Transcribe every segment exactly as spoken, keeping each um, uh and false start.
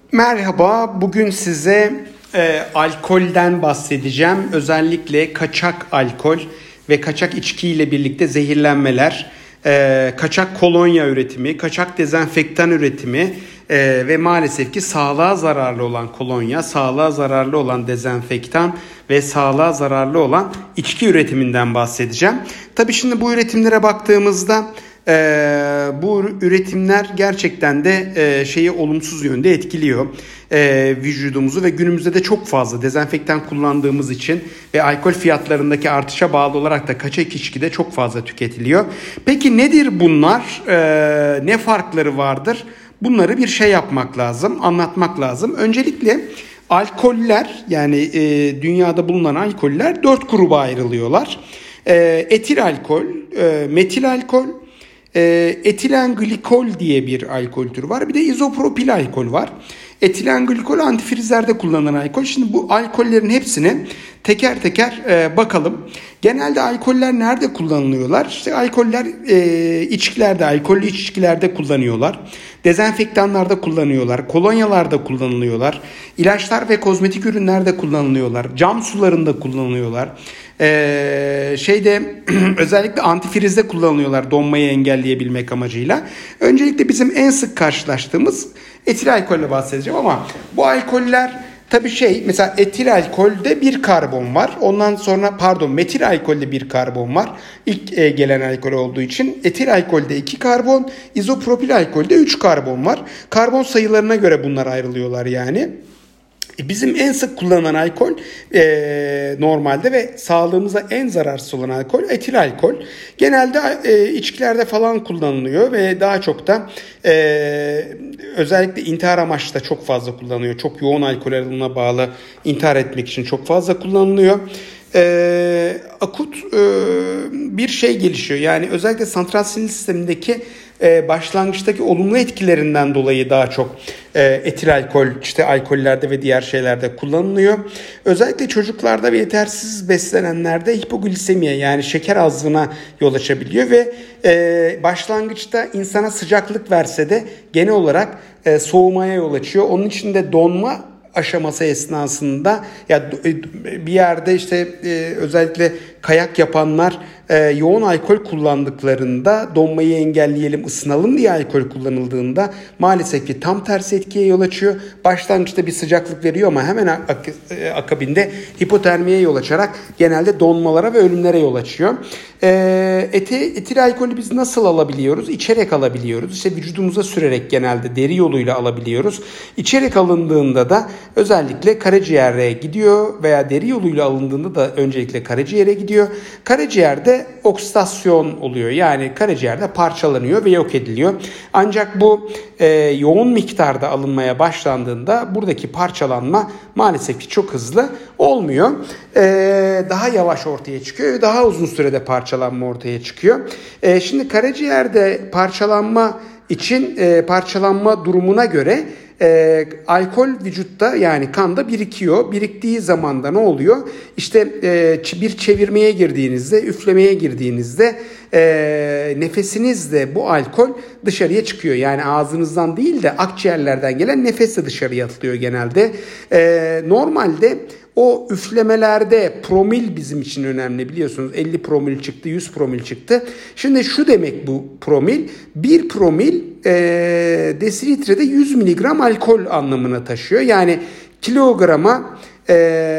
Merhaba, bugün size e, alkolden bahsedeceğim. Özellikle kaçak alkol ve kaçak içki ile birlikte zehirlenmeler, e, kaçak kolonya üretimi, kaçak dezenfektan üretimi e, ve maalesef ki sağlığa zararlı olan kolonya, sağlığa zararlı olan dezenfektan ve sağlığa zararlı olan içki üretiminden bahsedeceğim. Tabii şimdi bu üretimlere baktığımızda Ee, bu üretimler gerçekten de e, şeyi olumsuz yönde etkiliyor e, vücudumuzu ve günümüzde de çok fazla dezenfektan kullandığımız için ve alkol fiyatlarındaki artışa bağlı olarak da kaçak içki de çok fazla tüketiliyor. Peki nedir bunlar? Ee, ne farkları vardır? Bunları bir şey yapmak lazım, anlatmak lazım. Öncelikle alkoller, yani e, dünyada bulunan alkoller dört gruba ayrılıyorlar. E, etil alkol, e, metil alkol, E, etilen glikol diye bir alkol türü var. Bir de izopropil alkol var. Etilen glikol antifrizlerde kullanılan alkol. Şimdi bu alkollerin hepsine teker teker e, bakalım. Genelde alkoller nerede kullanılıyorlar? İşte alkoller e, içkilerde, alkollü içkilerde kullanıyorlar. Dezenfektanlarda kullanıyorlar. Kolonyalarda kullanılıyorlar. İlaçlar ve kozmetik ürünlerde kullanılıyorlar. Cam sularında kullanılıyorlar. Ee, şeyde özellikle antifrizde kullanılıyorlar donmayı engelleyebilmek amacıyla. Öncelikle bizim en sık karşılaştığımız etil alkolle bahsedeceğim ama bu alkoller tabii şey, mesela etil alkolde bir karbon var. Ondan sonra pardon metil alkolde bir karbon var. İlk e, gelen alkol olduğu için etil alkolde iki karbon, izopropil alkolde üç karbon var. Karbon sayılarına göre bunlar ayrılıyorlar yani. Bizim en sık kullanılan alkol e, normalde ve sağlığımıza en zararsız olan alkol etil alkol. Genelde e, içkilerde falan kullanılıyor ve daha çok da e, özellikle intihar amaçlı da çok fazla kullanılıyor. Çok yoğun alkol alımına bağlı intihar etmek için çok fazla kullanılıyor. E, akut e, bir şey gelişiyor. Yani özellikle santral sinir sistemindeki e, başlangıçtaki olumlu etkilerinden dolayı daha çok e, etil alkol, işte alkollerde ve diğer şeylerde kullanılıyor. Özellikle çocuklarda ve yetersiz beslenenlerde hipoglisemiye, yani şeker azlığına yol açabiliyor ve e, başlangıçta insana sıcaklık verse de genel olarak e, soğumaya yol açıyor. Onun için de donma aşaması esnasında ya bir yerde işte e, özellikle kayak yapanlar e, yoğun alkol kullandıklarında donmayı engelleyelim, ısınalım diye alkol kullanıldığında maalesef ki tam tersi etkiye yol açıyor. Başlangıçta bir sıcaklık veriyor ama hemen ak- e, akabinde hipotermiye yol açarak genelde donmalara ve ölümlere yol açıyor. E, eti, etil alkolü biz nasıl alabiliyoruz? İçerek alabiliyoruz. İşte vücudumuza sürerek genelde deri yoluyla alabiliyoruz. İçerek alındığında da özellikle karaciğere gidiyor veya deri yoluyla alındığında da öncelikle karaciğere gidiyor. Karaciğerde oksidasyon oluyor. Yani karaciğerde parçalanıyor ve yok ediliyor. Ancak bu e, yoğun miktarda alınmaya başlandığında buradaki parçalanma maalesef ki çok hızlı olmuyor. E, daha yavaş ortaya çıkıyor ve daha uzun sürede parçalanma ortaya çıkıyor. E, şimdi karaciğerde parçalanma için e, parçalanma durumuna göre E, alkol vücutta, yani kanda birikiyor. Biriktiği zaman da ne oluyor? İşte e, bir çevirmeye girdiğinizde, üflemeye girdiğinizde e, nefesinizle bu alkol dışarıya çıkıyor. Yani ağzınızdan değil de akciğerlerden gelen nefesle dışarıya atılıyor genelde. E, normalde o üflemelerde promil bizim için önemli, biliyorsunuz. elli promil çıktı, yüz promil çıktı. Şimdi şu demek bu promil. bir promil e, desilitrede yüz miligram alkol anlamına taşıyor. Yani kilograma e,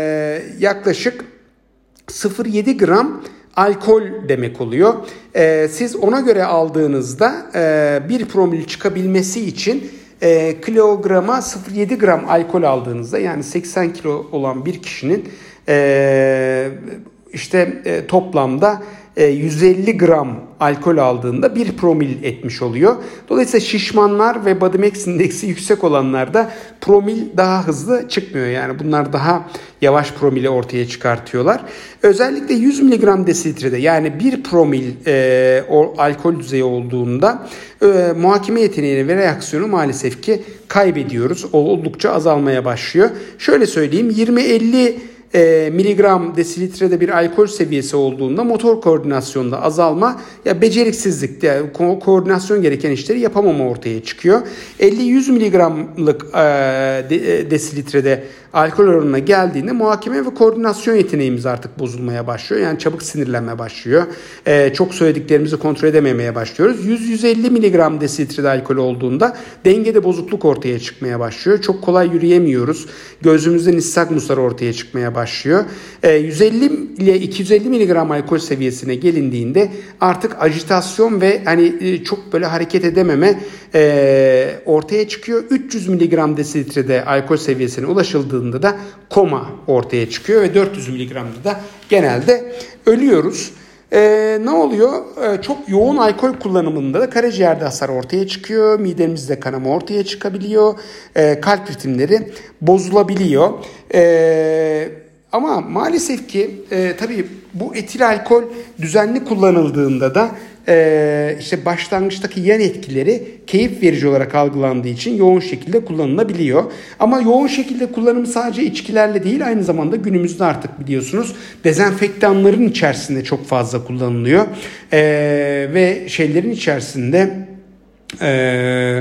yaklaşık sıfır virgül yedi gram alkol demek oluyor. E, siz ona göre aldığınızda e, bir promil çıkabilmesi için E, kilograma sıfır virgül yedi gram alkol aldığınızda, yani seksen kilo olan bir kişinin e, işte e, toplamda e, yüz elli gram alkol aldığında bir promil etmiş oluyor. Dolayısıyla şişmanlar ve body mass indeksi yüksek olanlarda promil daha hızlı çıkmıyor. Yani bunlar daha yavaş promili ortaya çıkartıyorlar. Özellikle yüz miligram desilitrede, yani bir promil e, o alkol düzeyi olduğunda e, muhakeme yeteneğini ve reaksiyonu maalesef ki kaybediyoruz. Oldukça azalmaya başlıyor. Şöyle söyleyeyim, yirmi elli e, miligram desilitrede bir alkol seviyesi olduğunda motor koordinasyonda azalma ya beceriksizlik, yani ko- koordinasyon gereken işleri yapamama ortaya çıkıyor. elli yüz miligramlık e, de, desilitrede alkol oranına geldiğinde muhakeme ve koordinasyon yeteneğimiz artık bozulmaya başlıyor. Yani çabuk sinirlenme başlıyor. Ee, çok söylediklerimizi kontrol edememeye başlıyoruz. yüz yüz elli miligram desilitrede alkol olduğunda dengede bozukluk ortaya çıkmaya başlıyor. Çok kolay yürüyemiyoruz. Gözümüzde nistagmuslar ortaya çıkmaya başlıyor. Ee, yüz elli ile iki yüz elli miligram alkol seviyesine gelindiğinde artık ajitasyon ve hani çok böyle hareket edememe e, ortaya çıkıyor. üç yüz miligram desilitrede alkol seviyesine ulaşıldığında da koma ortaya çıkıyor ve dört yüz miligramda da genelde ölüyoruz. Ee, ne oluyor? Ee, çok yoğun alkol kullanımında da karaciğerde hasar ortaya çıkıyor. Midemizde kanama ortaya çıkabiliyor. Ee, kalp ritimleri bozulabiliyor. Ee, ama maalesef ki e, tabii bu etil alkol düzenli kullanıldığında da Ee, işte başlangıçtaki yan etkileri keyif verici olarak algılandığı için yoğun şekilde kullanılabiliyor. Ama yoğun şekilde kullanımı sadece içkilerle değil, aynı zamanda günümüzde artık biliyorsunuz dezenfektanların içerisinde çok fazla kullanılıyor. Ee, ve şeylerin içerisinde e,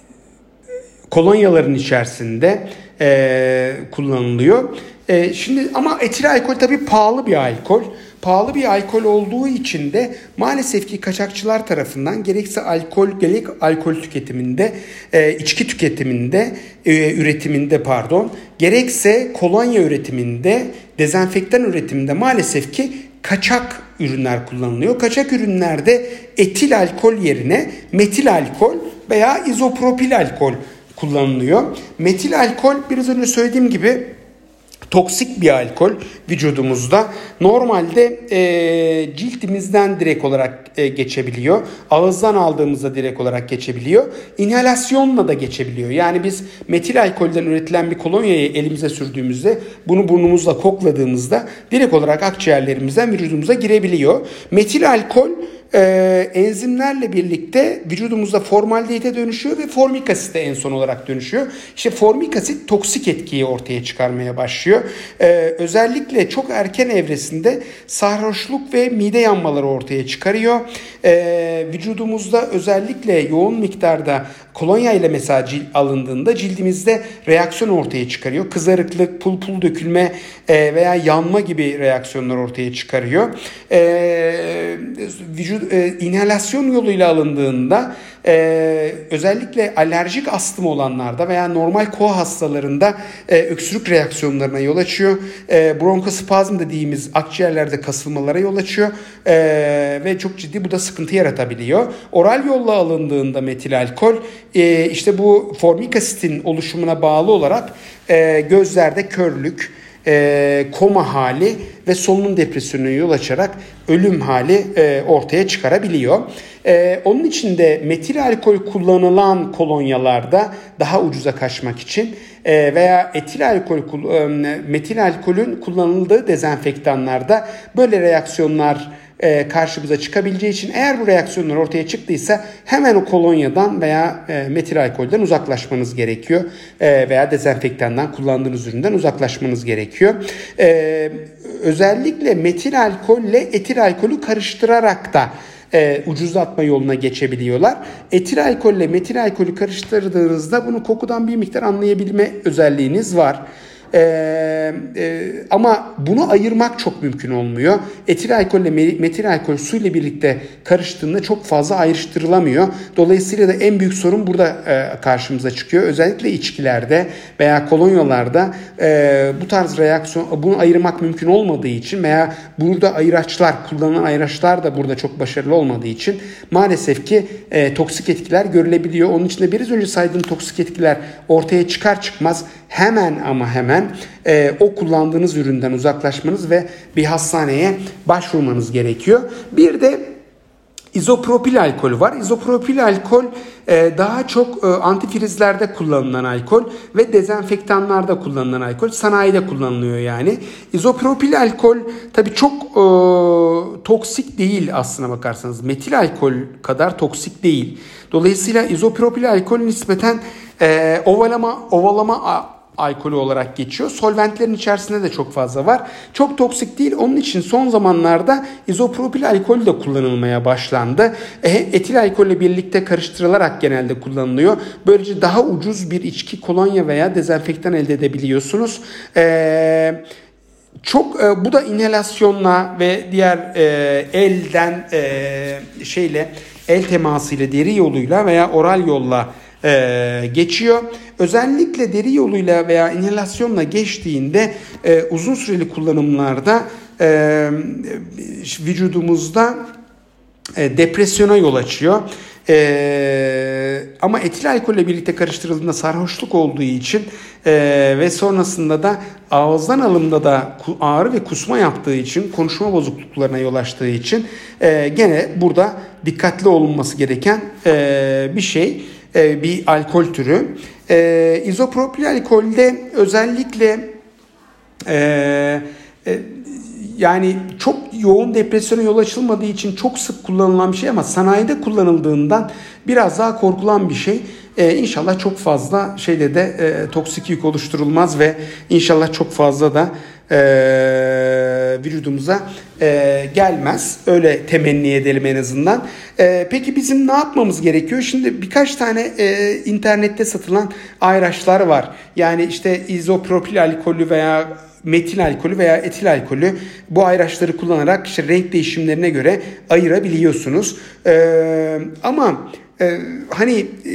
kolonyaların içerisinde e, kullanılıyor. E, şimdi ama etil alkol tabii pahalı bir alkol. Pahalı bir alkol olduğu için de maalesef ki kaçakçılar tarafından gerekse alkol, gerek alkol tüketiminde, e, içki tüketiminde, e, üretiminde pardon, gerekse kolonya üretiminde, dezenfektan üretiminde maalesef ki kaçak ürünler kullanılıyor. Kaçak ürünlerde etil alkol yerine metil alkol veya izopropil alkol kullanılıyor. Metil alkol biraz önce söylediğim gibi toksik bir alkol vücudumuzda. Normalde e, ciltimizden direkt olarak e, geçebiliyor. Ağızdan aldığımızda direkt olarak geçebiliyor. İnhalasyonla da geçebiliyor. Yani biz metil alkolden üretilen bir kolonyayı elimize sürdüğümüzde, bunu burnumuzla kokladığımızda direkt olarak akciğerlerimizden vücudumuza girebiliyor. Metil alkol Ee, enzimlerle birlikte vücudumuzda formaldehite dönüşüyor ve formik asite en son olarak dönüşüyor. İşte formik asit toksik etkiyi ortaya çıkarmaya başlıyor. Ee, özellikle çok erken evresinde sarhoşluk ve mide yanmaları ortaya çıkarıyor. Ee, vücudumuzda özellikle yoğun miktarda kolonya ile mesela cilt alındığında cildimizde reaksiyon ortaya çıkarıyor. Kızarıklık, pul pul dökülme e, veya yanma gibi reaksiyonlar ortaya çıkarıyor. E, vücut e, inhalasyon yoluyla alındığında e, özellikle alerjik astım olanlarda veya normal koa hastalarında e, öksürük reaksiyonlarına yol açıyor. E, bronkospazm dediğimiz akciğerlerde kasılmalara yol açıyor e, ve çok ciddi bu da sıkıntı yaratabiliyor. Oral yolla alındığında metil alkol e, işte bu formik asitin oluşumuna bağlı olarak e, gözlerde körlük, e, koma hali ve solunum depresyonuna yol açarak ölüm hali e, ortaya çıkarabiliyor. E, onun için de metil alkol kullanılan kolonyalarda daha ucuza kaçmak için e, veya etil alkol e, metil alkolün kullanıldığı dezenfektanlarda böyle reaksiyonlar e, karşımıza çıkabileceği için eğer bu reaksiyonlar ortaya çıktıysa hemen o kolonyadan veya e, metil alkolden uzaklaşmanız gerekiyor. E, veya dezenfektandan, kullandığınız üründen uzaklaşmanız gerekiyor. E, özellikle metil alkolle etil alkolü karıştırarak da E, ucuzlatma yoluna geçebiliyorlar. Etil alkolle metil alkolü karıştırdığınızda bunu kokudan bir miktar anlayabilme özelliğiniz var. Ee, e, ama bunu ayırmak çok mümkün olmuyor. Etil alkol ile metil alkol su ile birlikte karıştığında çok fazla ayrıştırılamıyor. Dolayısıyla da en büyük sorun burada e, karşımıza çıkıyor. Özellikle içkilerde veya kolonyalarda e, bu tarz reaksiyon, bunu ayırmak mümkün olmadığı için veya burada ayıraçlar, kullanılan ayıraçlar da burada çok başarılı olmadığı için maalesef ki e, toksik etkiler görülebiliyor. Onun için de biraz önce saydığım toksik etkiler ortaya çıkar çıkmaz hemen ama hemen e, o kullandığınız üründen uzaklaşmanız ve bir hastaneye başvurmanız gerekiyor. Bir de izopropil alkol var. İzopropil alkol e, daha çok e, antifrizlerde kullanılan alkol ve dezenfektanlarda kullanılan alkol. Sanayide kullanılıyor yani. İzopropil alkol tabii çok e, toksik değil aslına bakarsanız. Metil alkol kadar toksik değil. Dolayısıyla izopropil alkol nispeten e, ovalama ovalama alkolü olarak geçiyor. Solventlerin içerisinde de çok fazla var. Çok toksik değil. Onun için son zamanlarda izopropil alkol de kullanılmaya başlandı. E, etil alkolle birlikte karıştırılarak genelde kullanılıyor. Böylece daha ucuz bir içki, kolonya veya dezenfektan elde edebiliyorsunuz. Eee Çok e, bu da inhalasyonla ve diğer e, elden e, şeyle el temasıyla, deri yoluyla veya oral yolla e, geçiyor. Özellikle deri yoluyla veya inhalasyonla geçtiğinde e, uzun süreli kullanımlarda e, vücudumuzda e, depresyona yol açıyor. Ee, ama etil alkolle birlikte karıştırıldığında sarhoşluk olduğu için e, ve sonrasında da ağızdan alımda da ağrı ve kusma yaptığı için, konuşma bozukluklarına yol açtığı için e, gene burada dikkatli olunması gereken e, bir şey, e, bir alkol türü. E, izopropil alkolde özellikle e, e, yani çok yoğun depresyona yol açılmadığı için çok sık kullanılan bir şey ama sanayide kullanıldığından biraz daha korkulan bir şey. Ee, inşallah çok fazla şeyde de e, toksik yük oluşturulmaz ve inşallah çok fazla da e, vücudumuza e, gelmez. Öyle temenni edelim en azından. E, peki bizim ne yapmamız gerekiyor? Şimdi birkaç tane e, internette satılan ayraçlar var. Yani işte izopropil alkolü veya metil alkolü veya etil alkolü, bu ayraçları kullanarak işte renk değişimlerine göre ayırabiliyorsunuz. Ee, ama e, hani e,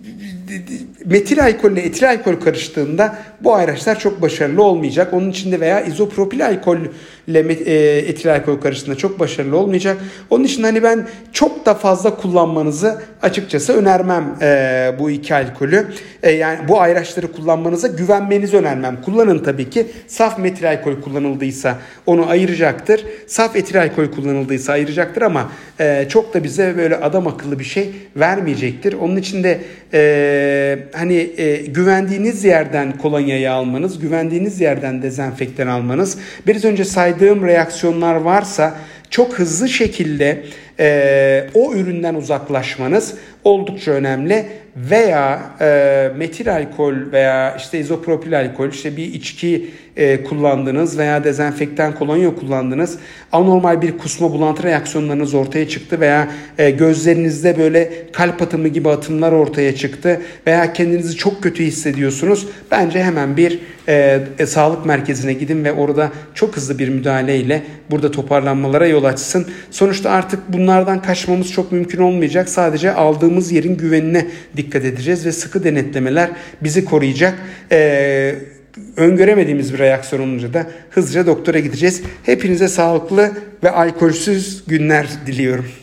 metil alkolle etil alkol karıştığında bu ayraçlar çok başarılı olmayacak. Onun içinde veya izopropil alkolle etil alkol karıştığında çok başarılı olmayacak. Onun için hani ben çok da fazla kullanmanızı açıkçası önermem e, bu iki alkolü. E, yani bu ayraçları kullanmanıza güvenmenizi önermem. Kullanın tabii ki. Saf metil alkol kullanıldıysa onu ayıracaktır. Saf etil alkol kullanıldıysa ayıracaktır ama e, çok da bize böyle adam akıllı bir şey vermeyecektir. Onun için de e, hani e, güvendiğiniz yerden kolonyayı almanız, güvendiğiniz yerden dezenfektan almanız, biraz önce saydığım reaksiyonlar varsa çok hızlı şekilde e, o üründen uzaklaşmanız oldukça önemli. Veya e, metil alkol veya işte izopropil alkol, işte bir içki e, kullandınız veya dezenfektan kolonya kullandınız, anormal bir kusma bulantı reaksiyonlarınız ortaya çıktı veya e, gözlerinizde böyle kalp atımı gibi atımlar ortaya çıktı veya kendinizi çok kötü hissediyorsunuz, bence hemen bir e, e, sağlık merkezine gidin ve orada çok hızlı bir müdahaleyle burada toparlanmalara yol açsın. Sonuçta artık bunlardan kaçmamız çok mümkün olmayacak. Sadece aldığımız yerin güvenine dikkat edeceğiz ve sıkı denetlemeler bizi koruyacak. Ee, öngöremediğimiz bir reaksiyon olunca da hızlıca doktora gideceğiz. Hepinize sağlıklı ve alkolsüz günler diliyorum.